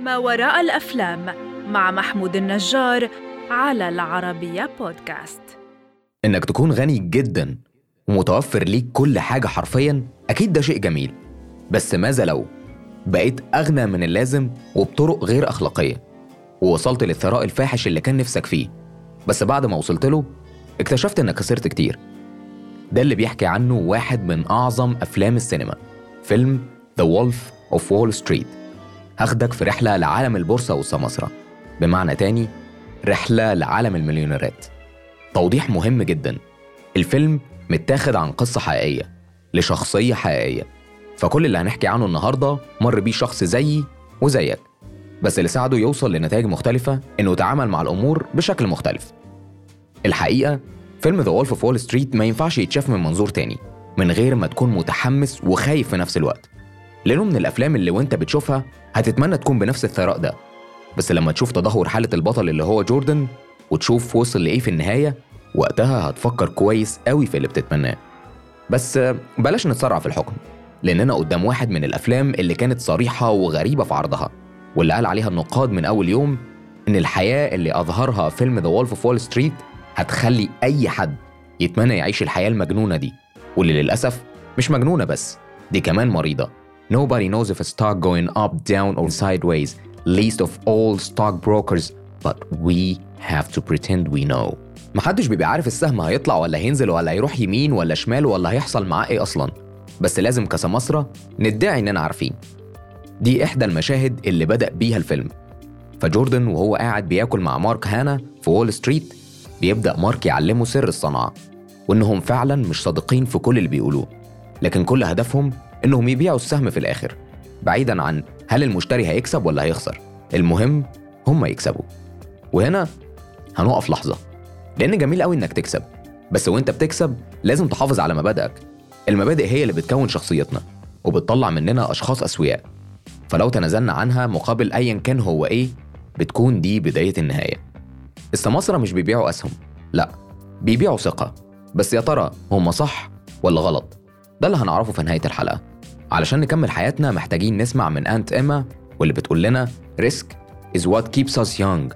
ما وراء الأفلام مع محمود النجار على العربية بودكاست. إنك تكون غني جداً ومتوفر ليك كل حاجة حرفياً، أكيد ده شيء جميل. بس ماذا لو بقيت أغنى من اللازم وبطرق غير أخلاقية، ووصلت للثراء الفاحش اللي كان نفسك فيه، بس بعد ما وصلت له اكتشفت إنك خسرت كتير؟ ده اللي بيحكي عنه واحد من أعظم أفلام السينما، فيلم The Wolf of Wall Street. هاخدك في رحلة لعالم البورصة والسماسرة، بمعنى تاني رحلة لعالم المليونيرات. توضيح مهم جدا، الفيلم متاخد عن قصة حقيقية لشخصية حقيقية، فكل اللي هنحكي عنه النهاردة مر بيه شخص زيي وزيك، بس اللي ساعده يوصل لنتائج مختلفة إنه يتعامل مع الأمور بشكل مختلف. الحقيقة فيلم The Wolf of Wall Street ما ينفعش يتشاف من منظور تاني من غير ما تكون متحمس وخايف في نفس الوقت، لأنه من الأفلام اللي وانت بتشوفها هتتمنى تكون بنفس الثراء ده، بس لما تشوف تدهور حالة البطل اللي هو جوردن وتشوف وصل لإيه في النهاية، وقتها هتفكر كويس قوي في اللي بتتمناه. بس بلاش نتسرع في الحكم، لأننا قدام واحد من الأفلام اللي كانت صريحة وغريبة في عرضها، واللي قال عليها النقاد من أول يوم إن الحياة اللي أظهرها فيلم The Wolf of Wall Street هتخلي أي حد يتمنى يعيش الحياة المجنونة دي، واللي للأسف مش مجنونة بس، دي كمان مريضة. Nobody knows if a stock going up, down or sideways, least of all stockbrokers, but we have to pretend we know. محدش بيبقى عارف السهم هيطلع ولا هينزل ولا هيروح يمين ولا شمال ولا هيحصل معاه ايه أصلاً، بس لازم كسمسرة ندعي إننا عارفين. دي إحدى المشاهد اللي بدأ بيها الفيلم. فجوردن وهو قاعد بياكل مع مارك هانا في وول ستريت، بيبدأ مارك يعلمه سر الصنعة، وإنهم فعلاً مش صادقين في كل اللي بيقولوه، لكن كل هدفهم إنهم يبيعوا السهم في الآخر، بعيداً عن هل المشتري هيكسب ولا هيخسر، المهم هم يكسبوا. وهنا هنقف لحظة، لأن جميل قوي إنك تكسب، بس وإنت بتكسب لازم تحافظ على مبادئك. المبادئ هي اللي بتكون شخصيتنا وبتطلع مننا أشخاص أسوياء، فلو تنازلنا عنها مقابل أيا كان هو إيه، بتكون دي بداية النهاية. السماسرة مش بيبيعوا أسهم، لا، بيبيعوا ثقة. بس يا ترى هم صح ولا غلط؟ ده اللي هنعرفه في نهاية الحلقة. علشان نكمل حياتنا محتاجين نسمع من أنت إما، واللي بتقول لنا risk is what keeps us young.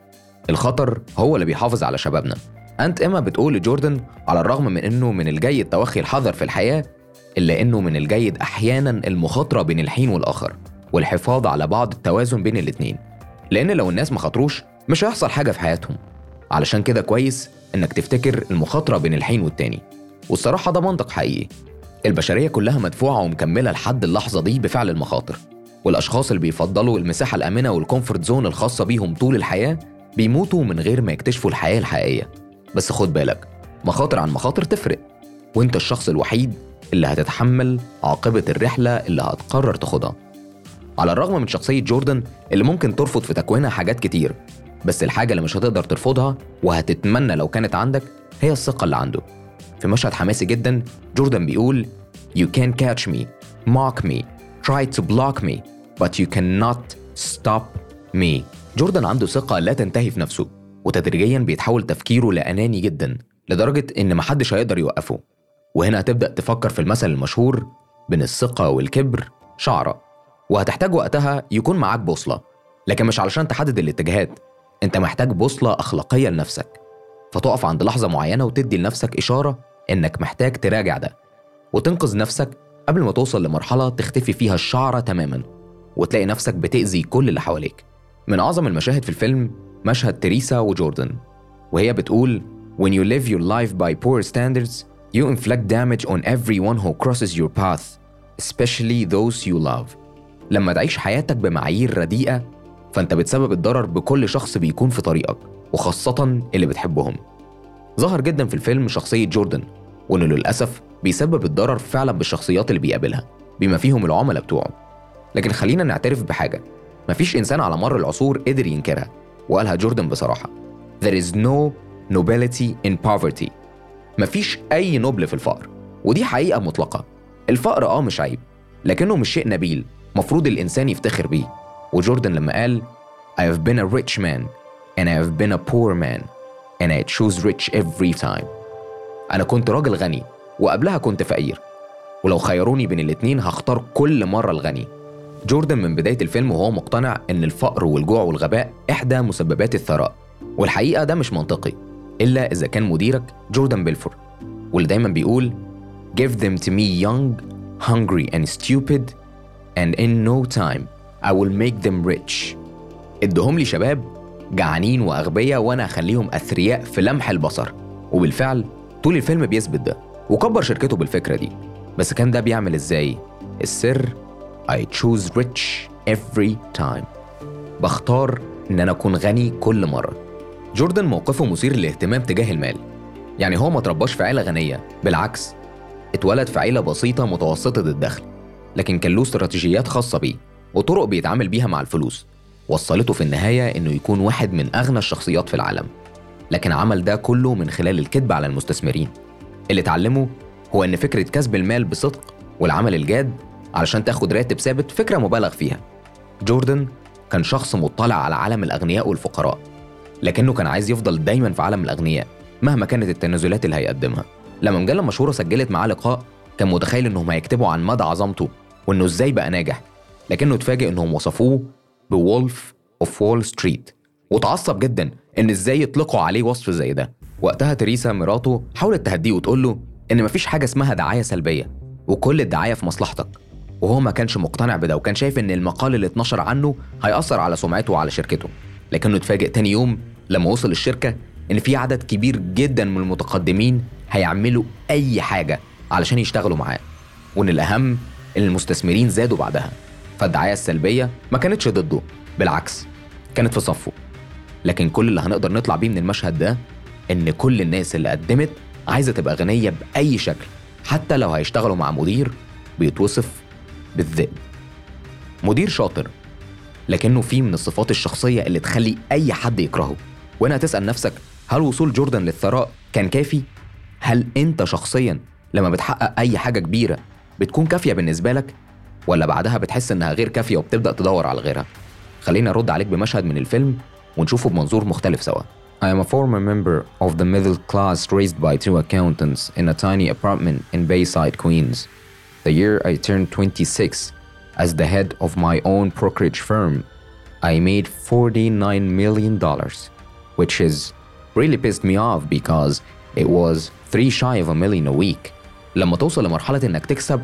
الخطر هو اللي بيحافظ على شبابنا. أنت إما بتقول لجوردن على الرغم من إنه من الجيد توخي الحذر في الحياة، إلا إنه من الجيد أحياناً المخاطرة بين الحين والآخر، والحفاظ على بعض التوازن بين الاتنين، لأن لو الناس ما خاطروش مش هيحصل حاجة في حياتهم. علشان كده كويس إنك تفتكر المخاطرة بين الحين والتاني. والصراحة ده منطق حقيقي، البشرية كلها مدفوعة ومكملة لحد اللحظة دي بفعل المخاطر، والأشخاص اللي بيفضلوا المساحة الآمنة والكومفورت زون الخاصة بيهم طول الحياة بيموتوا من غير ما يكتشفوا الحياة الحقيقية. بس خد بالك، مخاطر عن مخاطر تفرق، وانت الشخص الوحيد اللي هتتحمل عاقبة الرحلة اللي هتقرر تاخدها. على الرغم من شخصية جوردن اللي ممكن ترفض في تكوينها حاجات كتير، بس الحاجة اللي مش هتقدر ترفضها وهتتمنى لو كانت عندك هي الثقة اللي عنده. في مشهد حماسي جدا جوردن بيقول You can catch me, mock me, try to block me, but you cannot stop me. جوردن عنده ثقة لا تنتهي في نفسه، وتدريجيا بيتحول تفكيره لأناني جدا لدرجة إن محدش هيقدر يوقفه. وهنا هتبدأ تفكر في المثل المشهور بين الثقة والكبر شعرة، وهتحتاج وقتها يكون معاك بوصلة، لكن مش علشان تحدد الاتجاهات، انت محتاج بوصلة أخلاقية لنفسك، فتقف عند لحظة معينة وتدي لنفسك إشارة إنك محتاج تراجع ده وتنقذ نفسك قبل ما توصل لمرحلة تختفي فيها الشعرة تماما وتلاقي نفسك بتأذي كل اللي حواليك. من أعظم المشاهد في الفيلم مشهد تريسا وجوردن، وهي بتقول When you live your life by poor standards, you inflict damage on everyone who crosses your path, especially those you love. لما تعيش حياتك بمعايير رديئة، فأنت بتسبب الضرر بكل شخص بيكون في طريقك، وخاصة اللي بتحبهم. ظهر جدا في الفيلم شخصية جوردن، وإنه للأسف بيسبب الضرر فعلا بالشخصيات اللي بيقابلها بما فيهم العملاء بتوعه. لكن خلينا نعترف بحاجة، مفيش إنسان على مر العصور قدر ينكرها، وقالها جوردن بصراحة: There is no nobility in poverty. مفيش أي نبل في الفقر، ودي حقيقة مطلقة. الفقر مش عيب، لكنه مش شيء نبيل مفروض الإنسان يفتخر بيه. وجوردن لما قال I have been a rich man and I have been a poor man and I choose rich every time. أنا كنت راجل غني وقبلها كنت فقير، ولو خيروني بين الاتنين هختار كل مرة الغني. جوردن من بداية الفيلم وهو مقتنع إن الفقر والجوع والغباء إحدى مسببات الثراء، والحقيقة ده مش منطقي إلا إذا كان مديرك جوردن بيلفورت، واللي دايما بيقول Give them to me young, hungry and stupid and in no time I will make them rich. ادهم لي شباب جعانين وأغبياء وأنا هخليهم أثرياء في لمح البصر. وبالفعل طول الفيلم بيثبت ده، وكبر شركته بالفكرة دي. بس كان ده بيعمل إزاي؟ السر I choose rich every time. بختار إن أنا أكون غني كل مرة. جوردن موقفه مثير للاهتمام تجاه المال. يعني هو ما ترباش في عيلة غنية، بالعكس اتولد في عيلة بسيطة متوسطة الدخل، لكن كان له استراتيجيات خاصة بيه وطرق بيتعامل بيها مع الفلوس وصلته في النهاية إنه يكون واحد من أغنى الشخصيات في العالم. لكن عمل ده كله من خلال الكذب على المستثمرين. اللي اتعلمه هو إن فكرة كسب المال بصدق والعمل الجاد علشان تاخد راتب ثابت فكرة مبالغ فيها. جوردن كان شخص مطلع على عالم الأغنياء والفقراء، لكنه كان عايز يفضل دايما في عالم الأغنياء مهما كانت التنازلات اللي هيقدمها. لما مجلة مشهورة سجلت معاه لقاء كان متخيل إنهم هيكتبوا عن مدى عظمته وإنه إزاي بقى ناجح، لكنه اتفاجئ إنهم وصفوه بولف أوف وول ستريت، وتعصب جدا إن إزاي يطلقوا عليه وصف زي ده. وقتها تريسا مراته حاولت تهديه وتقول له إن مفيش حاجة اسمها دعاية سلبية وكل الدعاية في مصلحتك، وهو ما كانش مقتنع بده وكان شايف إن المقال اللي اتنشر عنه هيأثر على سمعته وعلى شركته. لكنه اتفاجئ تاني يوم لما وصل الشركة إن في عدد كبير جدا من المتقدمين هيعملوا أي حاجة علشان يشتغلوا معاه، وإن الأهم إن المستثمرين زادوا بعدها. فالدعاية السلبية ما كانتش ضده، بالعكس كانت في صفه. لكن كل اللي هنقدر نطلع بيه من المشهد ده إن كل الناس اللي قدمت عايزة تبقى غنية بأي شكل، حتى لو هيشتغلوا مع مدير بيتوصف بالذئب. مدير شاطر لكنه فيه من الصفات الشخصية اللي تخلي أي حد يكرهه. وهنا هتسأل نفسك، هل وصول جوردن للثراء كان كافي؟ هل أنت شخصياً لما بتحقق أي حاجة كبيرة بتكون كافية بالنسبة لك؟ ولا بعدها بتحس إنها غير كافية وبتبدأ تدور على غيرها؟ خلينا نرد عليك بمشهد من الفيلم ونشوفه بمنظور مختلف سوا. I am a former member of the middle class raised by two accountants in a tiny apartment in Bayside, Queens. The year I turned 26, as the head of my own brokerage firm, I made $49 million, which is really pissed me off because it was 3 shy of $1 million a week. لما توصل لمرحلة إنك تكسب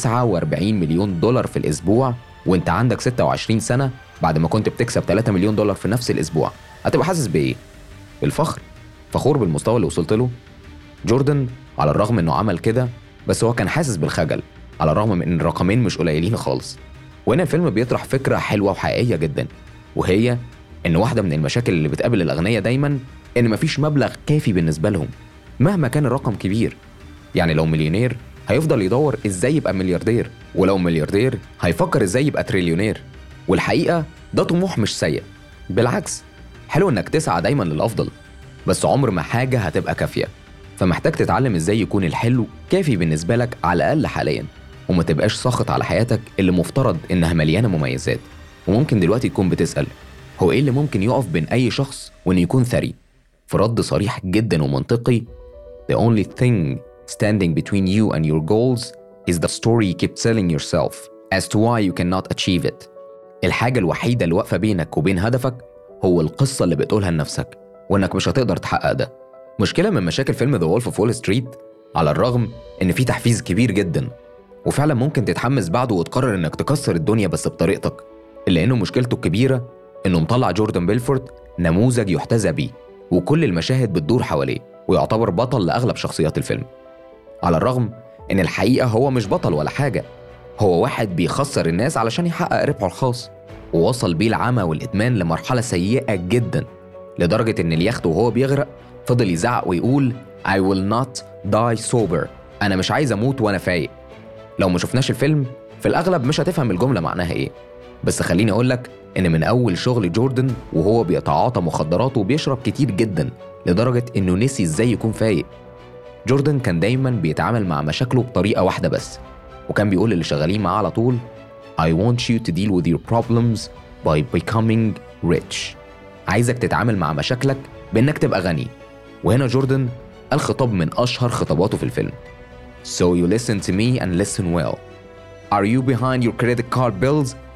49 مليون دولار في الأسبوع وإنت عندك 26 سنة بعد ما كنت بتكسب 3 مليون دولار في نفس الأسبوع، هتبقى حاسس بإيه؟ بالفخر؟ فخور بالمستوى اللي وصلت له؟ جوردن على الرغم إنه عمل كده بس هو كان حاسس بالخجل، على الرغم من إن الرقمين مش قليلين خالص. وهنا الفيلم بيطرح فكرة حلوة وحقيقية جدا، وهي إن واحدة من المشاكل اللي بتقابل الأغنياء دايما إن مفيش مبلغ كافي بالنسبة لهم مهما كان الرقم كبير. يعني لو مليونير هيفضل يدور إزاي يبقى ملياردير، ولو ملياردير هيفكر إزاي يبقى تريليونير. والحقيقة ده طموح مش سيء، بالعكس حلو إنك تسعى دايما للأفضل، بس عمر ما حاجة هتبقى كافية. فمحتاج تتعلم إزاي يكون الحلو كافي بالنسبة لك على الأقل حاليا، وما تبقاش ساخط على حياتك اللي مفترض إنها مليانة مميزات. وممكن دلوقتي تكون بتسأل هو إيه اللي ممكن يقف بين أي شخص وإنه يكون ثري؟ في رد صريح جدا ومنطقي: The only thing standing between you and your goals is the story you keep telling yourself as to why you cannot achieve it. الحاجة الوحيدة اللي واقفة بينك وبين هدفك هو القصة اللي بتقولها لنفسك وإنك مش هتقدر تحقق ده. مشكلة من مشاكل فيلم The Wolf of Wall Street على الرغم إن فيه تحفيز كبير جدا وفعلا ممكن تتحمس بعده وتقرر إنك تكسر الدنيا بس بطريقتك، إلا إنه مشكلته الكبيرة إنه مطلع جوردن بيلفورت نموذج يحتذى بيه وكل المشاهد بتدور حواليه ويعتبر بطل لأغلب شخصيات الفيلم، على الرغم إن الحقيقة هو مش بطل ولا حاجة. هو واحد بيخسر الناس علشان يحقق ربحه الخاص، ووصل بيه العمى والإدمان لمرحلة سيئة جدا لدرجة إن اليخت وهو بيغرق فضل يزعق ويقول I will not die sober. أنا مش عايز أموت وأنا فايق. لو ما شفناش الفيلم في الأغلب مش هتفهم الجملة معناها إيه، بس خليني أقولك إن من أول شغل جوردن وهو بيتعاطى مخدرات وبيشرب كتير جدا لدرجة إنه نسي إزاي يكون فايق. جوردن كان دايما بيتعامل مع مشاكله بطريقة واحدة بس، وكان بيقول للي شغالين معاه على طول I want you to deal with your problems by becoming rich. عايزك تتعامل مع مشاكلك بإنك تبقى غني. وهنا جوردن قال خطاب من أشهر خطاباته في الفيلم: So you listen to me and listen well. Are you behind your credit card bills?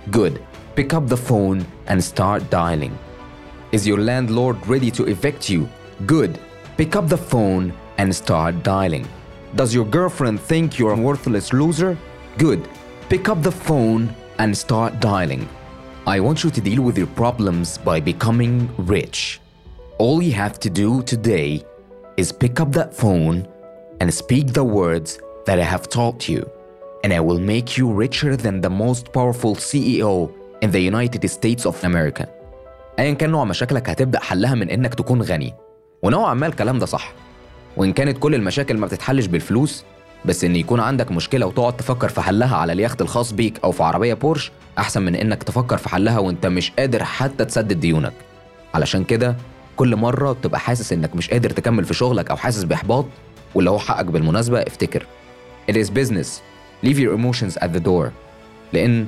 Good. Pick up the phone and start dialing. Is your landlord ready to evict you? Good. Pick up the phone and start dialing. Does your girlfriend think you're a worthless loser? Good. Pick up the phone and start dialing. I want you to deal with your problems by becoming rich. All you have to do today is pick up that phone and speak the words that I have taught you, and I will make you richer than the most powerful CEO in the United States of America. أيا كان نوع مشاكلك هتبدأ حلها من إنك تكون غني، ونوعا ما الكلام ده صح. وإن كانت كل المشاكل ما بتتحلش بالفلوس، بس إن يكون عندك مشكلة وتقعد تفكر في حلها على اليخت الخاص بيك أو في عربية بورش أحسن من إنك تفكر في حلها وإنت مش قادر حتى تسدد ديونك. علشان كده كل مرة تبقى حاسس إنك مش قادر تكمل في شغلك أو حاسس بإحباط، واللي هو حقك بالمناسبة، افتكر It is business. Leave your emotions at the door. لأن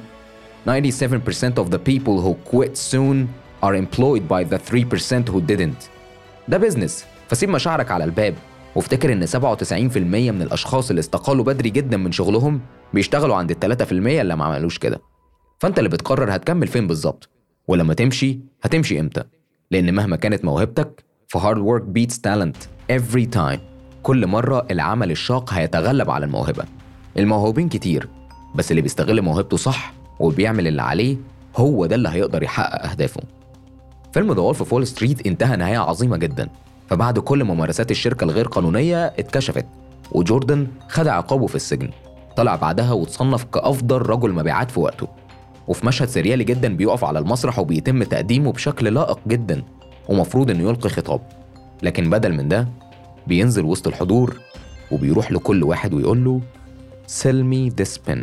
97% of the people who quit soon are employed by the 3% who didn't. ده بيزنس، فسيب مشاعرك على الباب، وافتكر إن 97% من الأشخاص اللي استقالوا بدري جدا من شغلهم بيشتغلوا عند 3% اللي ما عملوش كده. فأنت اللي بتقرر هتكمل فين بالظبط، ولما تمشي هتمشي إمتى. لأن مهما كانت موهبتك، hard work beats talent every time. كل مرة العمل الشاق هيتغلب على الموهبة. الموهوبين كتير، بس اللي بيستغل موهبته صح وبيعمل اللي عليه هو ده اللي هيقدر يحقق أهدافه. فيلم The Wolf of Wall Street انتهى نهاية عظيمة جدا، فبعد كل ممارسات الشركة الغير قانونية اتكشفت، وجوردن خد عقابه في السجن. طلع بعدها وتصنف كأفضل رجل مبيعات في وقته، وفي مشهد سريالي جدا بيقف على المسرح وبيتم تقديمه بشكل لائق جدا، ومفروض انه يلقي خطاب. لكن بدل من ده بينزل وسط الحضور وبيروح لكل واحد ويقول له Sell me this pen.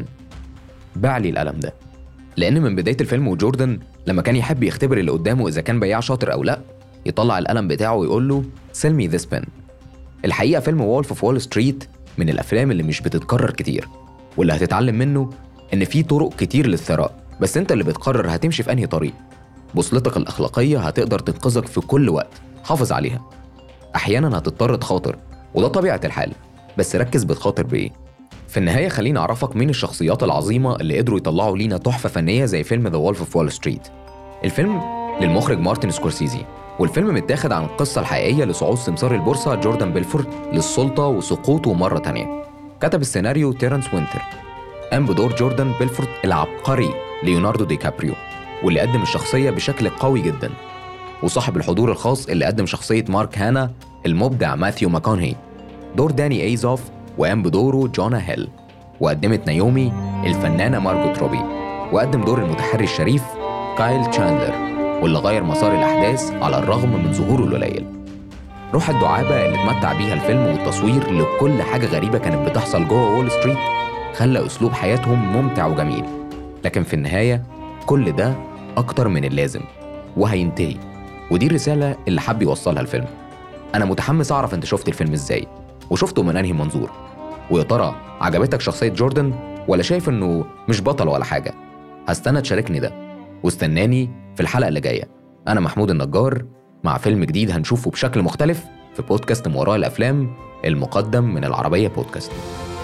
باع لي القلم ده. لأن من بداية الفيلم وجوردن لما كان يحب يختبر اللي قدامه إذا كان بياع شاطر أو لأ، يطلع القلم بتاعه ويقول له Sell me this pen. الحقيقة فيلم وولف اوف وول ستريت من الأفلام اللي مش بتتكرر كتير، واللي هتتعلم منه إن في طرق كتير للثراء، بس أنت اللي بتقرر هتمشي في أنهي طريق. بوصلتك الأخلاقية هتقدر تنقذك في كل وقت، حافظ عليها. أحياناً هتضطر تخاطر، وده طبيعة الحال، بس ركز بتخاطر بإيه. في النهاية خليني أعرفك مين الشخصيات العظيمة اللي قدروا يطلعوا لينا تحفة فنية زي فيلم The Wolf of Wall Street. الفيلم للمخرج مارتن سكورسيزي، والفيلم متاخد عن القصة الحقيقية لصعود سمسار البورصة جوردن بيلفورت للسلطة وسقوطه مرة تانية. كتب السيناريو تيرنس وينتر. قام بدور جوردن بيلفورت العبقري ليوناردو دي كابريو، واللي قدم الشخصية بشكل قوي جدا. وصاحب الحضور الخاص اللي قدم شخصية مارك هانا المبدع ماثيو ماكونهي دور داني ايزوف، وقام بدوره جونا هيل. وقدمت نايومي الفنانة مارجوت روبي، وقدم دور المتحري الشريف كايل تشاندلر، واللي غير مسار الأحداث على الرغم من ظهوره القليل. روح الدعابة اللي اتمتع بيها الفيلم والتصوير لكل حاجة غريبة كانت بتحصل جوه وول ستريت خلى أسلوب حياتهم ممتع وجميل. لكن في النهاية كل ده أكتر من اللازم وهينتهي، ودي الرسالة اللي حب يوصلها الفيلم. أنا متحمس أعرف أنت شفت الفيلم إزاي وشفته من أنهي منظور، ويا ترى عجبتك شخصية جوردن ولا شايف إنه مش بطل ولا حاجة؟ هستنى تشاركني ده، واستناني في الحلقة اللي جاية. أنا محمود النجار مع فيلم جديد هنشوفه بشكل مختلف في بودكاست ما وراء الأفلام المقدم من العربية بودكاست.